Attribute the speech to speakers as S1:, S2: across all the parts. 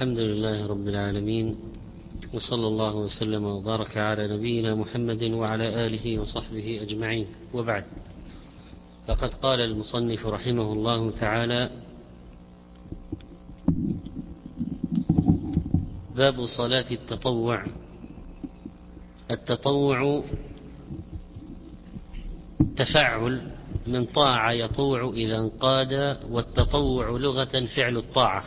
S1: الحمد لله رب العالمين، وصلى الله وسلم وبارك على نبينا محمد وعلى آله وصحبه أجمعين، وبعد. فقد قال المصنف رحمه الله تعالى: باب صلاة التطوع. التطوع تفعل من طاعة يطوع إذا انقاد، والتطوع لغة فعل الطاعة،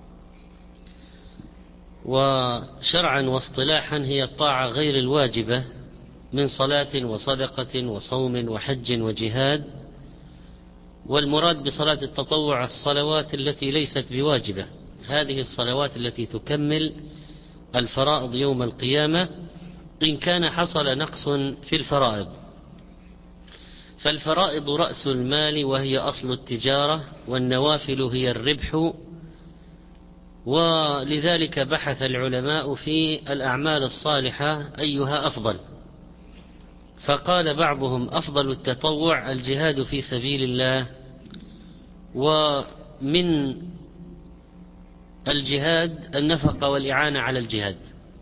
S1: وشرعا واصطلاحا هي الطاعة غير الواجبة من صلاة وصدقة وصوم وحج وجهاد. والمراد بصلاة التطوع الصلوات التي ليست بواجبة، هذه الصلوات التي تكمل الفرائض يوم القيامة إن كان حصل نقص في الفرائض. فالفرائض رأس المال وهي أصل التجارة، والنوافل هي الربح. ولذلك بحث العلماء في الأعمال الصالحة أيها أفضل، فقال بعضهم: أفضل التطوع الجهاد في سبيل الله، ومن الجهاد النفقة والإعانة على الجهاد.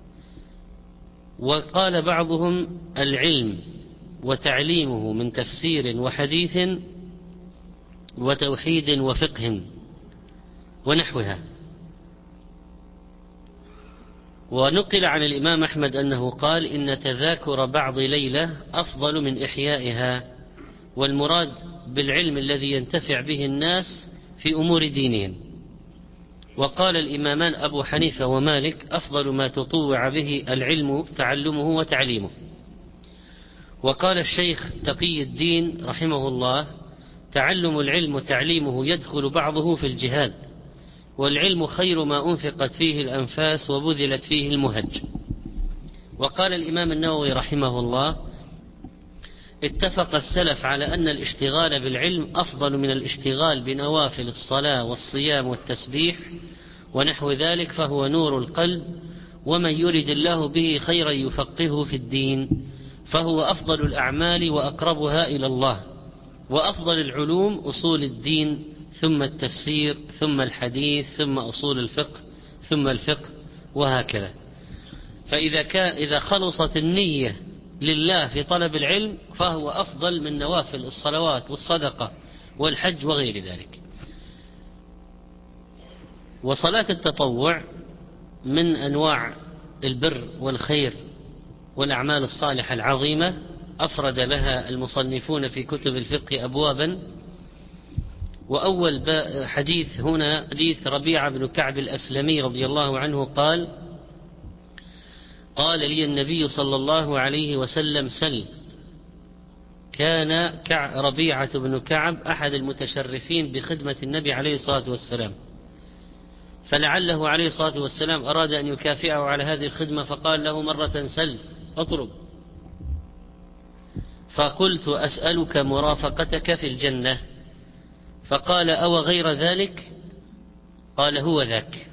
S1: وقال بعضهم: العلم وتعليمه من تفسير وحديث وتوحيد وفقه ونحوها. ونقل عن الإمام أحمد أنه قال: إن تذاكر بعض ليلة أفضل من إحيائها. والمراد بالعلم الذي ينتفع به الناس في أمور دينهم. وقال الإمامان أبو حنيفة ومالك: أفضل ما تطوع به العلم تعلمه وتعليمه. وقال الشيخ تقي الدين رحمه الله: تعلم العلم وتعليمه يدخل بعضه في الجهاد، والعلم خير ما أنفقت فيه الأنفاس وبذلت فيه المهج. وقال الإمام النووي رحمه الله: اتفق السلف على أن الاشتغال بالعلم أفضل من الاشتغال بنوافل الصلاة والصيام والتسبيح ونحو ذلك، فهو نور القلب، ومن يرد الله به خيرا يفقهه في الدين، فهو أفضل الأعمال وأقربها إلى الله. وأفضل العلوم أصول الدين، ثم التفسير، ثم الحديث، ثم أصول الفقه، ثم الفقه، وهكذا. إذا خلصت النية لله في طلب العلم فهو أفضل من نوافل الصلوات والصدقة والحج وغير ذلك. وصلاة التطوع من أنواع البر والخير والأعمال الصالحة العظيمة، أفرد لها المصنفون في كتب الفقه أبوابا. وأول حديث هنا حديث ربيعة بن كعب الأسلمي رضي الله عنه قال: قال لي النبي صلى الله عليه وسلم: سل. كان ربيعة بن كعب أحد المتشرفين بخدمة النبي عليه الصلاة والسلام، فلعله عليه الصلاة والسلام أراد أن يكافئه على هذه الخدمة، فقال له مرة: سل، اطلب. فقلت: أسألك مرافقتك في الجنة. فقال: أو غير ذلك؟ قال: هو ذاك.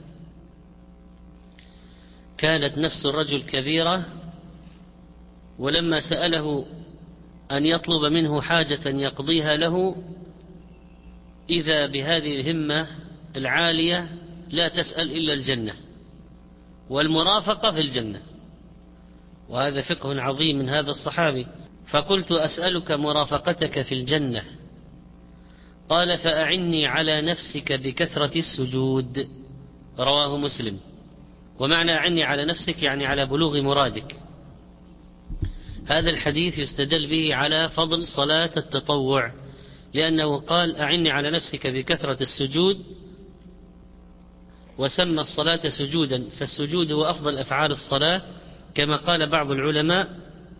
S1: كانت نفس الرجل كبيرة، ولما سأله أن يطلب منه حاجة يقضيها له، إذا بهذه الهمة العالية لا تسأل إلا الجنة، والمرافقة في الجنة. وهذا فقه عظيم من هذا الصحابي. فقلت: أسألك مرافقتك في الجنة. قال: فأعني على نفسك بكثرة السجود. رواه مسلم. ومعنى أعني على نفسك يعني على بلوغ مرادك. هذا الحديث يستدل به على فضل صلاة التطوع، لأنه قال: أعني على نفسك بكثرة السجود، وسمى الصلاة سجودا، فالسجود هو أفضل أفعال الصلاة كما قال بعض العلماء.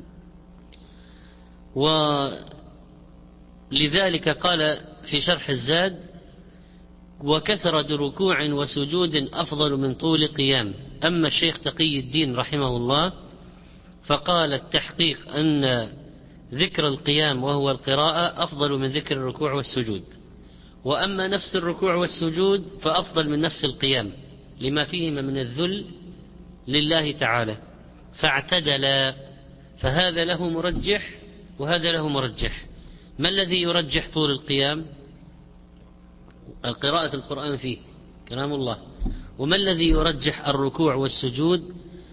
S1: ولذلك قال في شرح الزاد: وكثرة ركوع وسجود أفضل من طول قيام. أما الشيخ تقي الدين رحمه الله فقال: التحقيق أن ذكر القيام وهو القراءة أفضل من ذكر الركوع والسجود. وأما نفس الركوع والسجود فأفضل من نفس القيام، لما فيهما من الذل لله تعالى، فاعتدلا. فهذا له مرجح وهذا له مرجح. ما الذي يرجح طول القيام؟ القراءة القرآن فيه كلام الله، وما الذي يرجح الركوع والسجود؟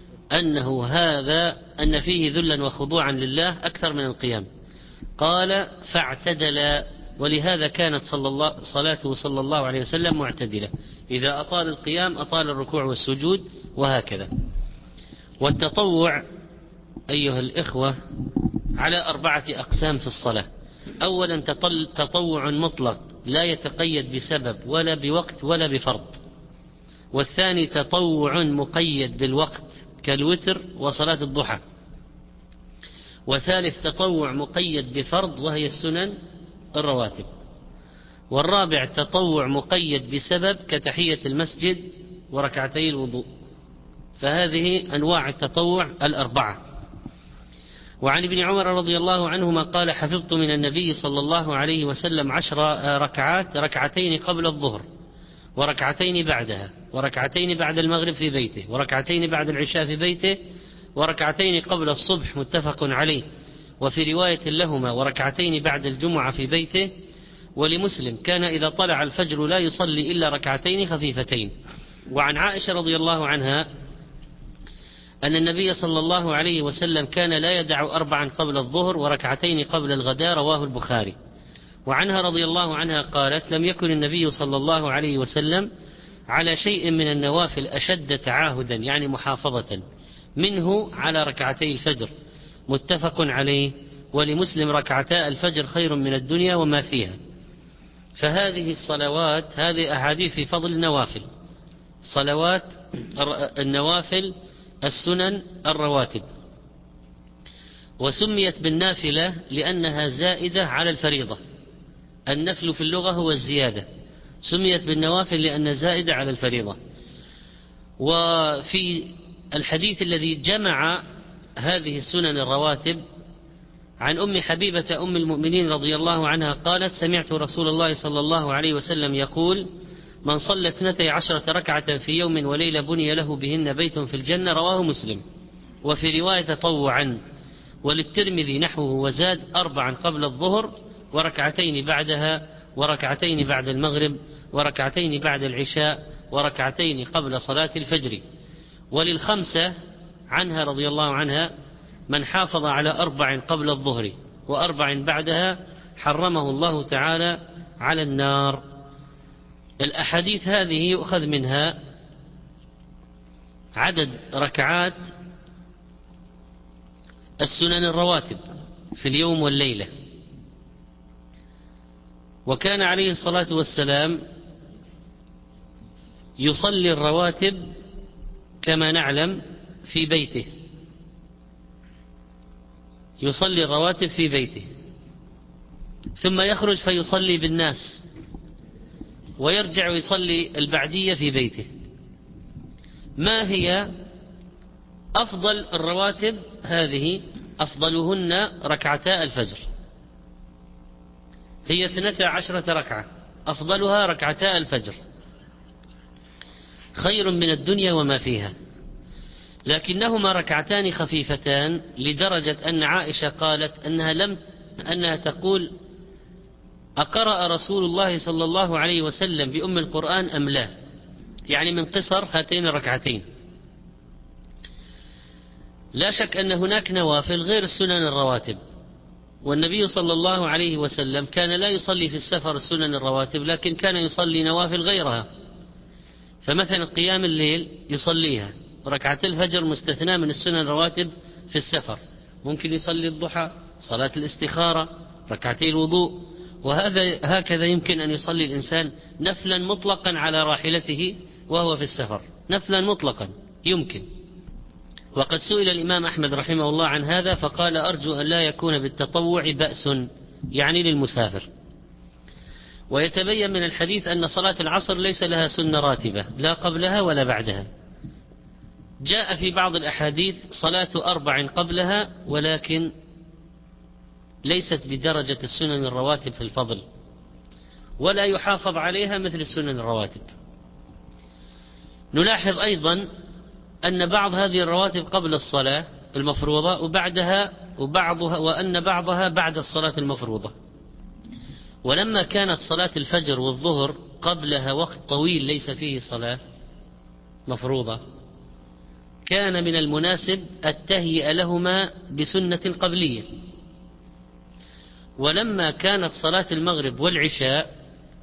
S1: أن فيه ذلا وخضوعا لله أكثر من القيام. قال فاعتدل، ولهذا كانت صلاته صلى الله عليه وسلم معتدلة، إذا أطال القيام أطال الركوع والسجود وهكذا. والتطوع أيها الإخوة على 4 أقسام في الصلاة. أولا تطوع مطلق لا يتقيد بسبب ولا بوقت ولا بفرض. والثاني تطوع مقيد بالوقت كالوتر وصلاة الضحى. وثالث تطوع مقيد بفرض وهي السنن الرواتب. والرابع تطوع مقيد بسبب كتحية المسجد وركعتي الوضوء. فهذه أنواع التطوع 4. وعن ابن عمر رضي الله عنهما قال حفظت من النبي صلى الله عليه وسلم 10 ركعات، 2 قبل الظهر وركعتين بعدها، وركعتين بعد المغرب في بيته، وركعتين بعد العشاء في بيته، وركعتين قبل الصبح متفق عليه. وفي رواية لهما وركعتين بعد الجمعة في بيته. ولمسلم كان إذا طلع الفجر لا يصلي إلا 2 خفيفتين. وعن عائشة رضي الله عنها أن النبي صلى الله عليه وسلم كان لا يدع 4 قبل الظهر وركعتين قبل الغداء، رواه البخاري. وعنها رضي الله عنها قالت لم يكن النبي صلى الله عليه وسلم على شيء من النوافل أشد تعاهدا، يعني محافظة، منه على 2 الفجر، متفق عليه. ولمسلم 2 الفجر خير من الدنيا وما فيها. فهذه الصلوات، هذه أحاديث في فضل النوافل، صلوات النوافل السنن الرواتب. وسميت بالنافلة لأنها زائدة على الفريضة. النفل في اللغة هو الزيادة، سميت بالنوافل لأنها زائدة على الفريضة. وفي الحديث الذي جمع هذه السنن الرواتب عن أم حبيبة أم المؤمنين رضي الله عنها قالت سمعت رسول الله صلى الله عليه وسلم يقول من صلى 12 ركعة في يوم وليلة بني له بهن بيت في الجنة، رواه مسلم. وفي رواية تطوعا. وللترمذي نحوه وزاد 4 قبل الظهر وركعتين بعدها، وركعتين بعد المغرب، وركعتين بعد العشاء، وركعتين قبل صلاة الفجر. وللخمسة عنها رضي الله عنها من حافظ على 4 قبل الظهر و4 بعدها حرمه الله تعالى على النار. الأحاديث هذه يؤخذ منها عدد ركعات السنن الرواتب في اليوم والليلة. وكان عليه الصلاة والسلام يصلي الرواتب كما نعلم في بيته، يصلي الرواتب في بيته ثم يخرج فيصلي بالناس ويرجع ويصلي البعدية في بيته. ما هي أفضل الرواتب؟ هذه أفضلهن 2 الفجر، هي 12 ركعة، أفضلها 2 الفجر، خير من الدنيا وما فيها. لكنهما 2 خفيفتان، لدرجة أن عائشة قالت أنها تقول أقرأ رسول الله صلى الله عليه وسلم بأم القرآن أم لا، يعني من قصر هاتين الركعتين. لا شك أن هناك نوافل غير السنن الرواتب، والنبي صلى الله عليه وسلم كان لا يصلي في السفر السنن الرواتب، لكن كان يصلي نوافل غيرها. فمثلا قيام الليل يصليها، 2 الفجر مستثنى من السنن الرواتب في السفر. ممكن يصلي الضحى، صلاة الاستخارة، 2 الوضوء، هكذا يمكن أن يصلي الإنسان نفلا مطلقا على راحلته وهو في السفر، نفلا مطلقا يمكن. وقد سئل الإمام أحمد رحمه الله عن هذا فقال أرجو أن لا يكون بالتطوع بأس، يعني للمسافر. ويتبين من الحديث أن صلاة العصر ليس لها سنة راتبة لا قبلها ولا بعدها. جاء في بعض الأحاديث صلاة 4 قبلها، ولكن ليست بدرجة السنن الرواتب في الفضل، ولا يحافظ عليها مثل السنن الرواتب. نلاحظ أيضا أن بعض هذه الرواتب قبل الصلاة المفروضة وأن بعضها بعد الصلاة المفروضة. ولما كانت صلاة الفجر والظهر قبلها وقت طويل ليس فيه صلاة، مفروضة كان من المناسب التهيئ لهما بسنة قبلية. ولما كانت صلاة المغرب والعشاء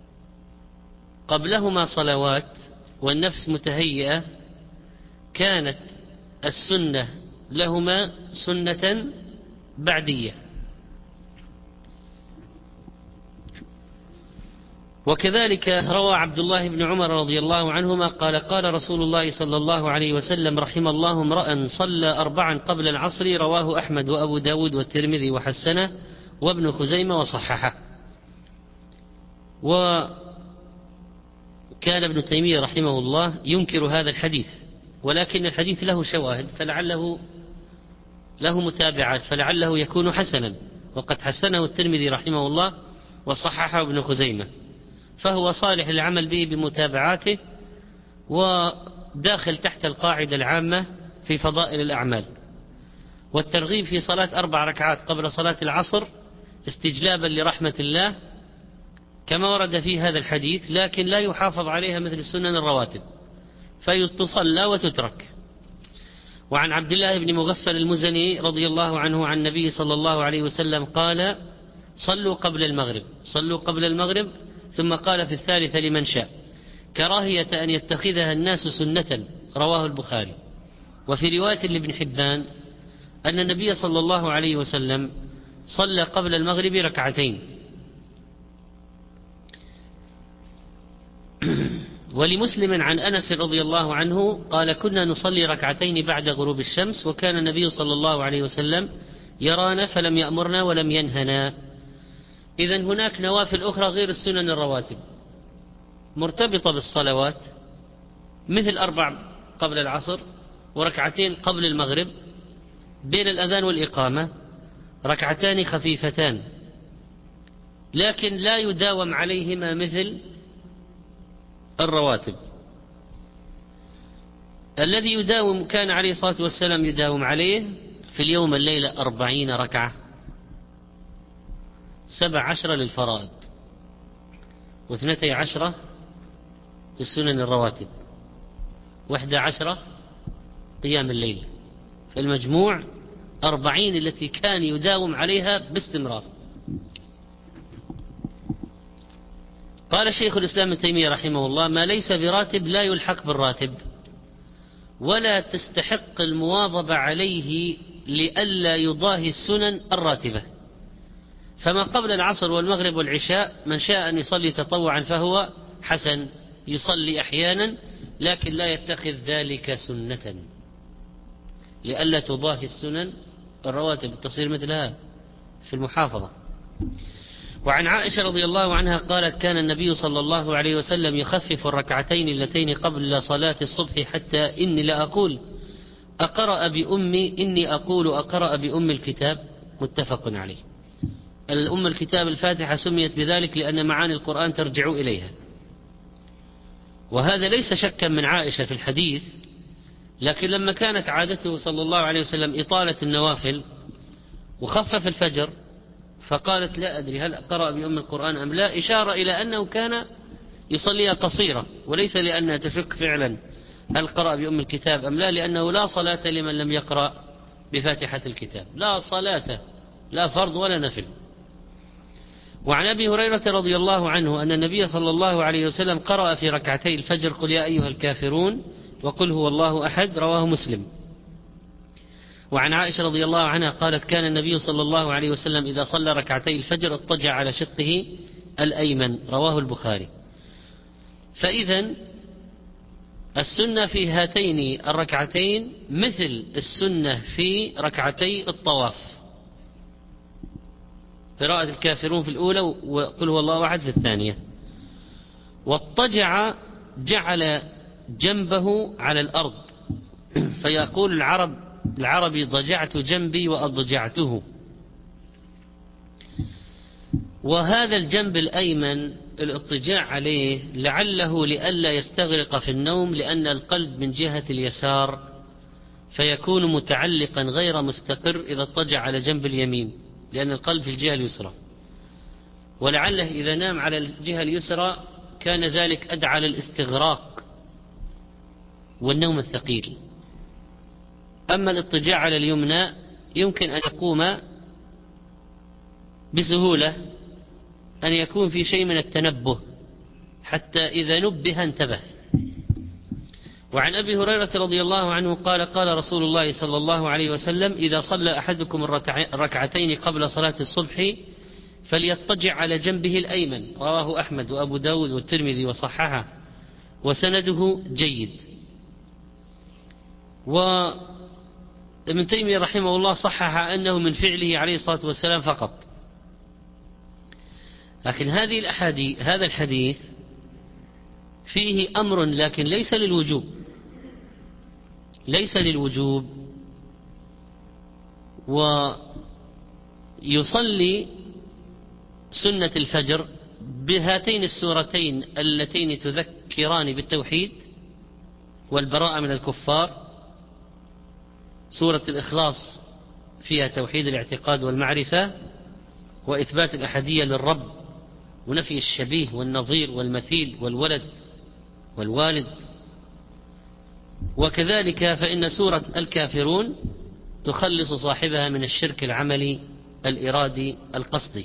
S1: قبلهما صلوات والنفس متهيئة، كانت السنة لهما سنة بعدية. وكذلك روى عبد الله بن عمر رضي الله عنهما قال قال رسول الله صلى الله عليه وسلم: رحم الله امرأ صلى 4 قبل العصر. رواه أحمد وأبو داود والترمذي وحسنه وابن خزيمة وصححه. وكان ابن تيمية رحمه الله ينكر هذا الحديث، ولكن الحديث له شواهد فلعله له متابعات فلعله يكون حسنا، وقد حسنه الترمذي رحمه الله وصححه ابن خزيمة، فهو صالح للعمل به بمتابعاته، وداخل تحت القاعدة العامة في فضائل الأعمال. والترغيب في صلاة 4 ركعات قبل صلاة العصر استجلابا لرحمة الله كما ورد في هذا الحديث، لكن لا يحافظ عليها مثل السنن الرواتب فيتصلى وتترك. وعن عبد الله بن مغفل المزني رضي الله عنه عن النبي صلى الله عليه وسلم قال: صلوا قبل المغرب، ثم قال في الثالثة لمن شاء: كراهية أن يتخذها الناس سنة. رواه البخاري. وفي رواية لابن حبان أن النبي صلى الله عليه وسلم صلى قبل المغرب 2 ركعتين. ولمسلم عن أنس رضي الله عنه قال: كنا نصلي 2 ركعتين بعد غروب الشمس، وكان النبي صلى الله عليه وسلم يرانا فلم يأمرنا ولم ينهنا. إذن هناك نوافل أخرى غير السنن الرواتب مرتبطة بالصلوات، مثل 4 قبل العصر، و2 قبل المغرب بين الأذان والإقامة، 2 خفيفتان، لكن لا يداوم عليهما مثل الرواتب. الذي يداوم كان عليه الصلاة والسلام يداوم عليه في اليوم الليلة 40 ركعة، 17 للفرائض، و12 للسنن الرواتب، 11 قيام الليل، فالمجموع 40 التي كان يداوم عليها باستمرار. قال شيخ الإسلام ابن تيمية رحمه الله: ما ليس براتب لا يلحق بالراتب، ولا تستحق المواظبة عليه لئلا يضاهي السنن الراتبة. فما قبل العصر والمغرب والعشاء من شاء أن يصلي تطوعا فهو حسن، يصلي أحيانا، لكن لا يتخذ ذلك سنة لئلا تضاهي السنن الرواتب، تصير مثلها في المحافظة. وعن عائشة رضي الله عنها قالت: كان النبي صلى الله عليه وسلم يخفف 2 ركعتين اللتين قبل صلاة الصبح حتى إني لأقول أقرأ بأم الكتاب. متفق عليه. الأم الكتاب الفاتحة سميت بذلك لأن معاني القرآن ترجع إليها، وهذا ليس شكا من عائشة في الحديث، لكن لما كانت عادته صلى الله عليه وسلم إطالة النوافل وخفف الفجر، فقالت: لا أدري هل قرأ بأم القرآن أم لا، إشارة إلى أنه كان يصليها قصيرة، وليس لأنها تشك فعلا هل قرأ بأم الكتاب أم لا، لأنه لا صلاة لمن لم يقرأ بفاتحة الكتاب، لا صلاة، لا فرض ولا نفل. وعن أبي هريرة رضي الله عنه أن النبي صلى الله عليه وسلم قرأ في 2 ركعتي الفجر: قل يا أيها الكافرون وقل هو الله أحد. رواه مسلم. وعن عائشة رضي الله عنها قالت: كان النبي صلى الله عليه وسلم إذا صلى 2 ركعتي الفجر اضطجع على شقه الأيمن. رواه البخاري. فإذا السنة في هاتين 2 ركعتين مثل السنة في 2 ركعتي الطواف، قراءة الكافرون في الأولى وقل هو الله أحد في الثانية. واضطجع جعل جنبه على الأرض، فيقول العربي: ضجعت جنبي وأضجعته. وهذا الجنب الأيمن الاضطجاع عليه لعله لئلا يستغرق في النوم، لأن القلب من جهة اليسار، فيكون متعلقا غير مستقر إذا اضطجع على جنب اليمين، لأن القلب في الجهة اليسرى، ولعله إذا نام على الجهة اليسرى كان ذلك أدعى للاستغراق والنوم الثقيل. أما الاضطجاع على اليمنى يمكن أن يقوم بسهولة، أن يكون في شيء من التنبه حتى إذا نبه انتبه. وعن أبي هريرة رضي الله عنه قال قال رسول الله صلى الله عليه وسلم: إذا صلى أحدكم الركعتين قبل صلاة الصبح فليضطجع على جنبه الأيمن. رواه أحمد وأبو داود والترمذي وصححه وسنده جيد. وابن تيمية رحمه الله صحح أنه من فعله عليه الصلاة والسلام فقط. لكن هذا الحديث فيه أمر لكن ليس للوجوب. ويصلي سنة الفجر بهاتين السورتين اللتين تذكران بالتوحيد والبراءة من الكفار. سورة الإخلاص فيها توحيد الاعتقاد والمعرفة وإثبات الأحدية للرب ونفي الشبيه والنظير والمثيل والولد والوالد. وكذلك فإن سورة الكافرون تخلص صاحبها من الشرك العملي الإرادي القصدي.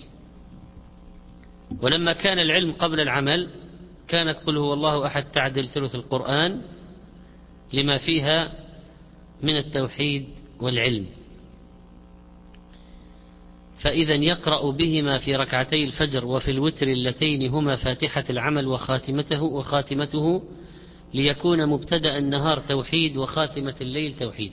S1: ولما كان العلم قبل العمل كانت قل هو الله أحد تعدل ثلث القرآن لما فيها من التوحيد والعلم. فإذا يقرأ بهما في ركعتي الفجر وفي الوتر اللتين هما فاتحة العمل وخاتمته ليكون مبتدأ النهار توحيد وخاتمة الليل توحيد.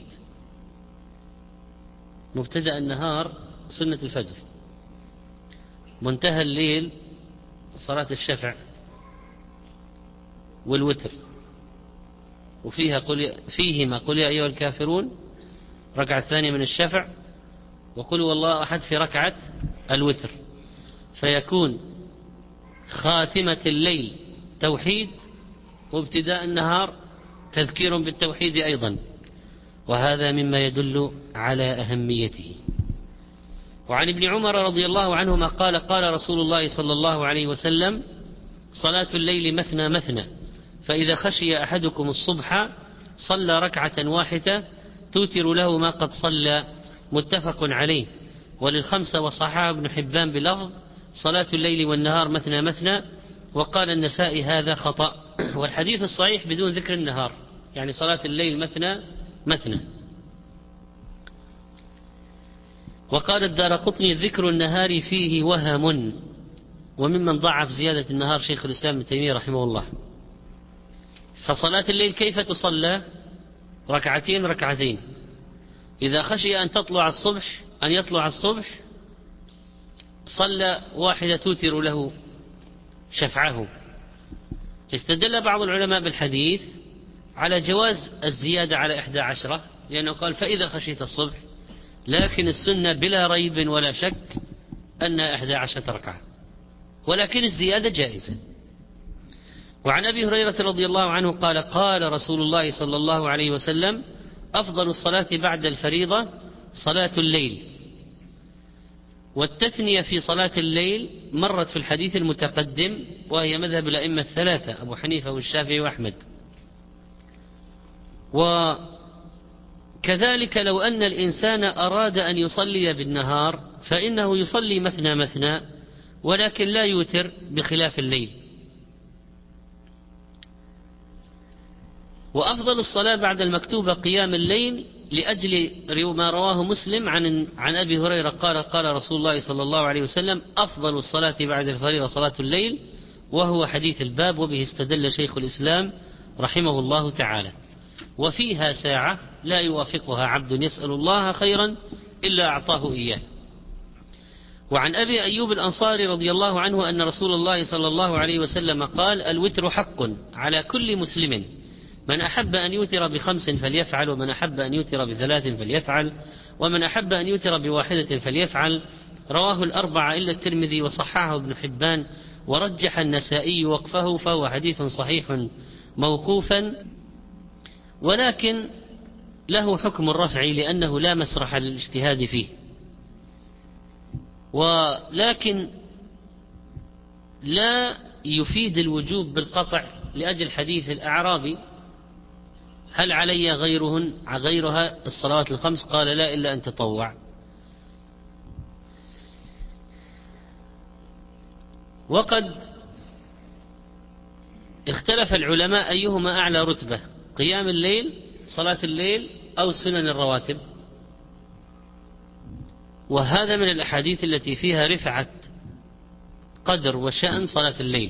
S1: مبتدأ النهار سنة الفجر، منتهى الليل صلاة الشفع والوتر، فيهما قل يا أيها الكافرون ركعة ثانية من الشفع، وقل والله أحد في ركعة الوتر. فيكون خاتمة الليل توحيد وابتداء النهار تذكير بالتوحيد أيضا، وهذا مما يدل على أهميته. وعن ابن عمر رضي الله عنهما قال قال رسول الله صلى الله عليه وسلم: صلاة الليل مثنى مثنى، فإذا خشي أحدكم الصبح صلى ركعة واحدة توتر له ما قد صلى، متفق عليه. وللخمسة وصححه ابن حبان بلفظ: صلاة الليل والنهار مثنى مثنى. وقال النسائي هذا خطأ، والحديث الصحيح بدون ذكر النهار، يعني صلاة الليل مثنى مثنى. وقال الدارقطني: ذكر النهار فيه وهم. وممن ضعف زيادة النهار شيخ الإسلام ابن تيمية رحمه الله. فصلاة الليل كيف تصلى؟ ركعتين ركعتين. إذا خشي أن يطلع الصبح صلى واحدة توتر له شفعه. استدل بعض العلماء بالحديث على جواز الزيادة على 11، لأنه قال فإذا خشيت الصبح، لكن السنة بلا ريب ولا شك أن 11 ركعة، ولكن الزيادة جائزة. وعن أبي هريرة رضي الله عنه قال قال رسول الله صلى الله عليه وسلم: أفضل الصلاة بعد الفريضة صلاة الليل. والتثنية في صلاة الليل مرت في الحديث المتقدم، وهي مذهب الأئمة الثلاثة أبو حنيفة والشافعي وأحمد. وكذلك لو أن الإنسان أراد أن يصلي بالنهار فإنه يصلي مثنى مثنى، ولكن لا يوتر بخلاف الليل. وأفضل الصلاة بعد المكتوبة قيام الليل، لأجل ما رواه مسلم عن أبي هريرة قال قال رسول الله صلى الله عليه وسلم: أفضل الصلاة بعد الفريضة صلاة الليل، وهو حديث الباب، وبه استدل شيخ الإسلام رحمه الله تعالى. وفيها ساعة لا يوافقها عبد يسأل الله خيرا إلا أعطاه إياه. وعن أبي أيوب الأنصاري رضي الله عنه أن رسول الله صلى الله عليه وسلم قال: الوتر حق على كل مسلم، من أحب أن يوتر ب5 فليفعل، ومن أحب أن يوتر ب3 فليفعل، ومن أحب أن يوتر ب1 فليفعل. رواه الأربعة إلا الترمذي، وصححه ابن حبان، ورجح النسائي وقفه، فهو حديث صحيح موقوفا، ولكن له حكم الرفع لأنه لا مسرح للاجتهاد فيه. ولكن لا يفيد الوجوب بالقطع، لأجل حديث الأعرابي هل علي غيرها الصلوات الخمس؟ قال لا، إلا أن تطوع. وقد اختلف العلماء أيهما أعلى رتبة، قيام الليل، صلاة الليل، أو سنن الرواتب. وهذا من الأحاديث التي فيها رفعة قدر وشأن صلاة الليل.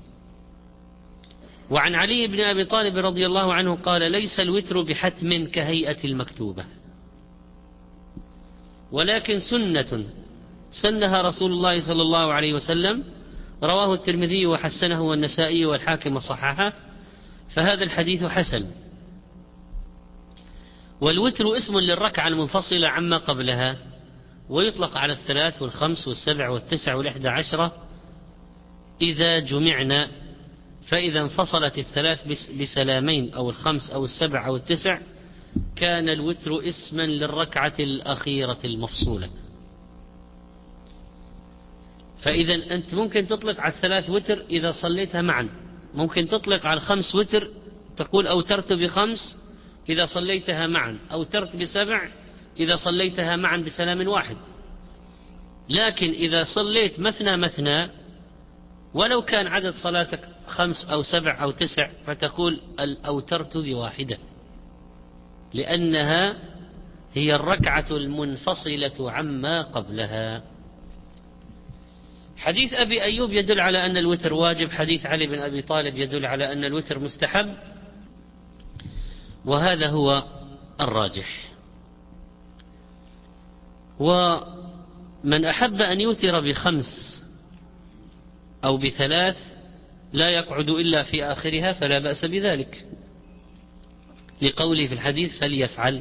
S1: وعن علي بن أبي طالب رضي الله عنه قال: ليس الوتر بحتم كهيئة المكتوبة، ولكن سنة سنها رسول الله صلى الله عليه وسلم، رواه الترمذي وحسنه والنسائي والحاكم وصححه، فهذا الحديث حسن. والوتر اسم للركعة المنفصلة عما قبلها، ويطلق على 3 و5 و7 و9 و11 إذا جمعنا، فإذا انفصلت 3 بسلامين أو 5 أو 7 أو 9 كان الوتر اسما للركعة الأخيرة المفصولة. فإذا أنت ممكن تطلق على 3 وتر إذا صليتها معا، ممكن تطلق على 5 وتر تقول أوترت ب5 إذا صليتها معا، أوترت ب7 إذا صليتها معا بسلام واحد. لكن إذا صليت مثنى مثنى ولو كان عدد صلاتك 5 أو 7 أو 9 فتقول أوترت بواحدة، لأنها هي الركعة المنفصلة عما قبلها. حديث أبي أيوب يدل على أن الوتر واجب، حديث علي بن أبي طالب يدل على أن الوتر مستحب، وهذا هو الراجح. ومن أحب أن يوتر ب5 أو ب3 لا يقعد إلا في آخرها فلا بأس بذلك، لقوله في الحديث: فليفعل.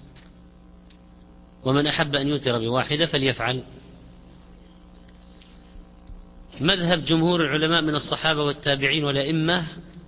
S1: ومن أحب أن يوتر بواحدة فليفعل. مذهب جمهور العلماء من الصحابة والتابعين والأئمة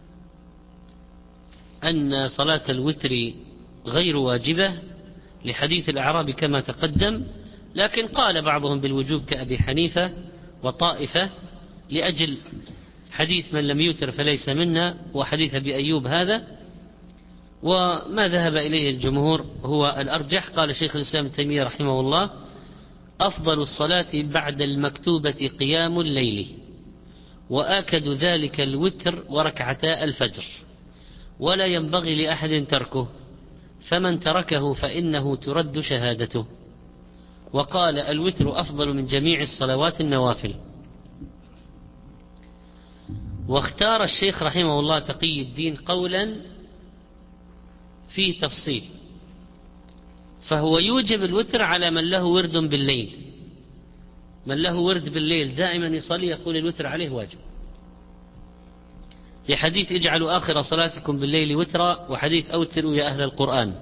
S1: أن صلاة الوتر غير واجبة لحديث الأعراب كما تقدم، لكن قال بعضهم بالوجوب كأبي حنيفة وطائفة لأجل حديث من لم يوتر فليس منا وحديث أبي أيوب هذا. وما ذهب إليه الجمهور هو الأرجح. قال شيخ الإسلام ابن تيمية رحمه الله: أفضل الصلاة بعد المكتوبة قيام الليل، وآكد ذلك الوتر وركعتا الفجر، ولا ينبغي لأحد تركه، فمن تركه فإنه ترد شهادته. وقال: الوتر أفضل من جميع الصلوات النوافل. واختار الشيخ رحمه الله تقي الدين قولا فيه تفصيل، فهو يوجب الوتر على من له ورد بالليل. من له ورد بالليل دائما يصلي يقول الوتر عليه واجب، لحديث: اجعلوا آخر صلاتكم بالليل وترا، وحديث: أوتروا يا أهل القرآن.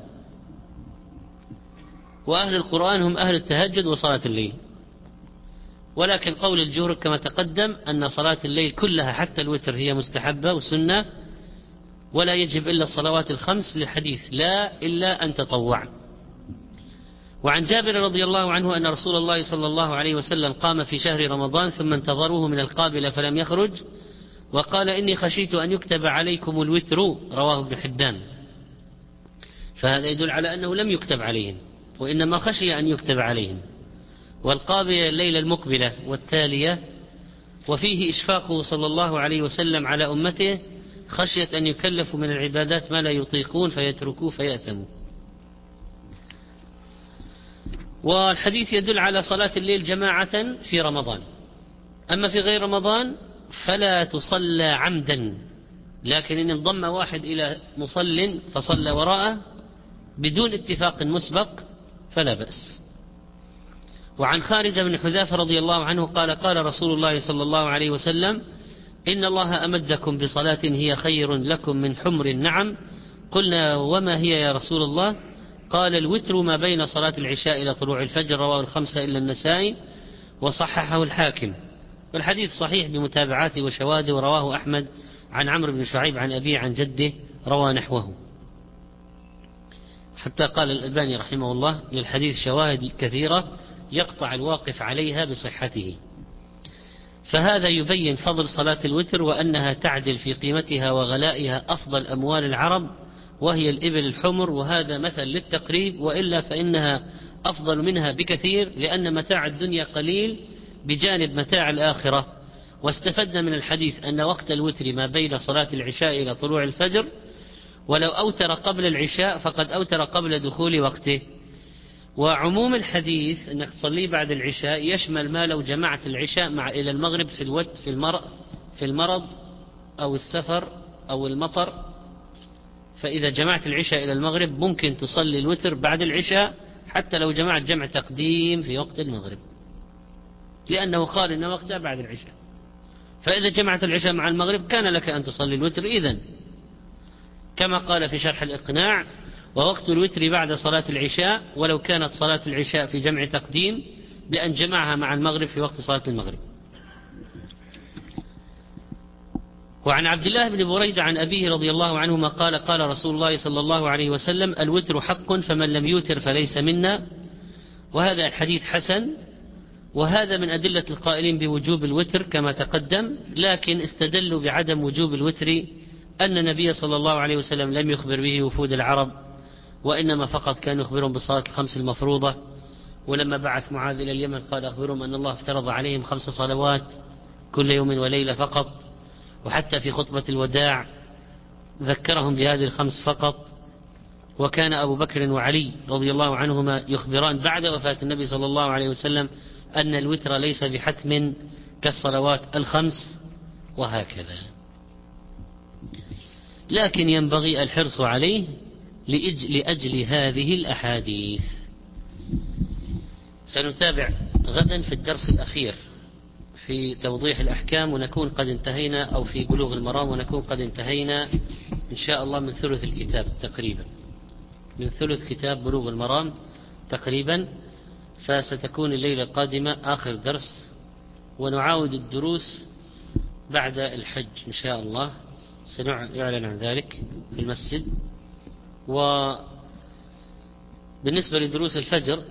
S1: وأهل القرآن هم أهل التهجد وصلاة الليل. ولكن قول الجمهور كما تقدم أن صلاة الليل كلها حتى الوتر هي مستحبة وسنة، ولا يجب إلا الصلوات الخمس، للحديث: لا إلا أن تطوع. وعن جابر رضي الله عنه أن رسول الله صلى الله عليه وسلم قام في شهر رمضان ثم انتظروه من القابلة فلم يخرج، وقال: إني خشيت أن يكتب عليكم الوتر، رواه ابن حبان. فهذا يدل على أنه لم يكتب عليهم، وإنما خشي أن يكتب عليهم. والقابلة الليلة المقبلة والتالية، وفيه إشفاقه صلى الله عليه وسلم على أمته خشية أن يكلفوا من العبادات ما لا يطيقون فيتركوه فيأثموا. والحديث يدل على صلاة الليل جماعة في رمضان، أما في غير رمضان فلا تصلى عمدا، لكن إن انضم واحد إلى مصل فصلى وراءه بدون اتفاق مسبق فلا بأس. وعن خارجة بن حذافة رضي الله عنه قال: قال رسول الله صلى الله عليه وسلم: إن الله أمدكم بصلاة هي خير لكم من حمر النعم. قلنا: وما هي يا رسول الله؟ قال: الوتر ما بين صلاة العشاء إلى طلوع الفجر، رواه الخمسة إلا النسائي، وصححه الحاكم. والحديث صحيح بمتابعاته وشواهده، ورواه أحمد عن عمرو بن شعيب عن أبيه عن جده، روى نحوه. حتى قال الألباني رحمه الله: للحديث شواهد كثيرة يقطع الواقف عليها بصحته. فهذا يبين فضل صلاة الوتر، وأنها تعدل في قيمتها وغلائها أفضل أموال العرب وهي الإبل الحمر، وهذا مثل للتقريب، وإلا فإنها أفضل منها بكثير، لأن متاع الدنيا قليل بجانب متاع الآخرة. واستفدنا من الحديث أن وقت الوتر ما بين صلاة العشاء إلى طلوع الفجر، ولو أوتر قبل العشاء فقد أوتر قبل دخول وقته. وعموم الحديث أنك تصلي بعد العشاء يشمل ما لو جمعت العشاء إلى المغرب في المرض أو السفر أو المطر. فإذا جمعت العشاء إلى المغرب ممكن تصلي الوتر بعد العشاء حتى لو جمعت جمع تقديم في وقت المغرب، لأنه قال إن وقتها بعد العشاء. فإذا جمعت العشاء مع المغرب كان لك أن تصلي الوتر إذن، كما قال في شرح الإقناع: ووقت الوتر بعد صلاة العشاء، ولو كانت صلاة العشاء في جمع تقديم بأن جمعها مع المغرب في وقت صلاة المغرب. وعن عبد الله بن بريدة عن أبيه رضي الله عنهما قال: قال رسول الله صلى الله عليه وسلم: الوتر حق، فمن لم يوتر فليس منا. وهذا الحديث حسن، وهذا من أدلة القائلين بوجوب الوتر كما تقدم، لكن استدلوا بعدم وجوب الوتر أن النبي صلى الله عليه وسلم لم يخبر به وفود العرب، وإنما فقط كان يخبرهم بالصلاة الخمس المفروضة. ولما بعث معاذ إلى اليمن قال: أخبرهم أن الله افترض عليهم 5 صلوات كل يوم وليلة فقط. وحتى في خطبة الوداع ذكرهم بهذه 5 فقط. وكان أبو بكر وعلي رضي الله عنهما يخبران بعد وفاة النبي صلى الله عليه وسلم أن الوتر ليس بحتم كالصلوات 5، وهكذا. لكن ينبغي الحرص عليه لأجل هذه الأحاديث. سنتابع غدا في الدرس الأخير في توضيح الأحكام، ونكون قد انتهينا، أو في بلوغ المرام، ونكون قد انتهينا إن شاء الله من ثلث الكتاب تقريبا، من ثلث كتاب بلوغ المرام تقريبا. فستكون الليلة القادمة آخر درس، ونعاود الدروس بعد الحج إن شاء الله، سنعلن عن ذلك في المسجد. وبالنسبة لدروس الفجر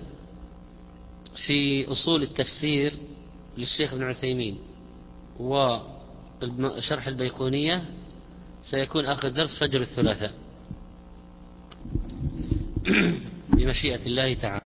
S1: في أصول التفسير للشيخ ابن عثيمين وشرح البيقونية سيكون آخر درس فجر الثلاثاء بمشيئة الله تعالى.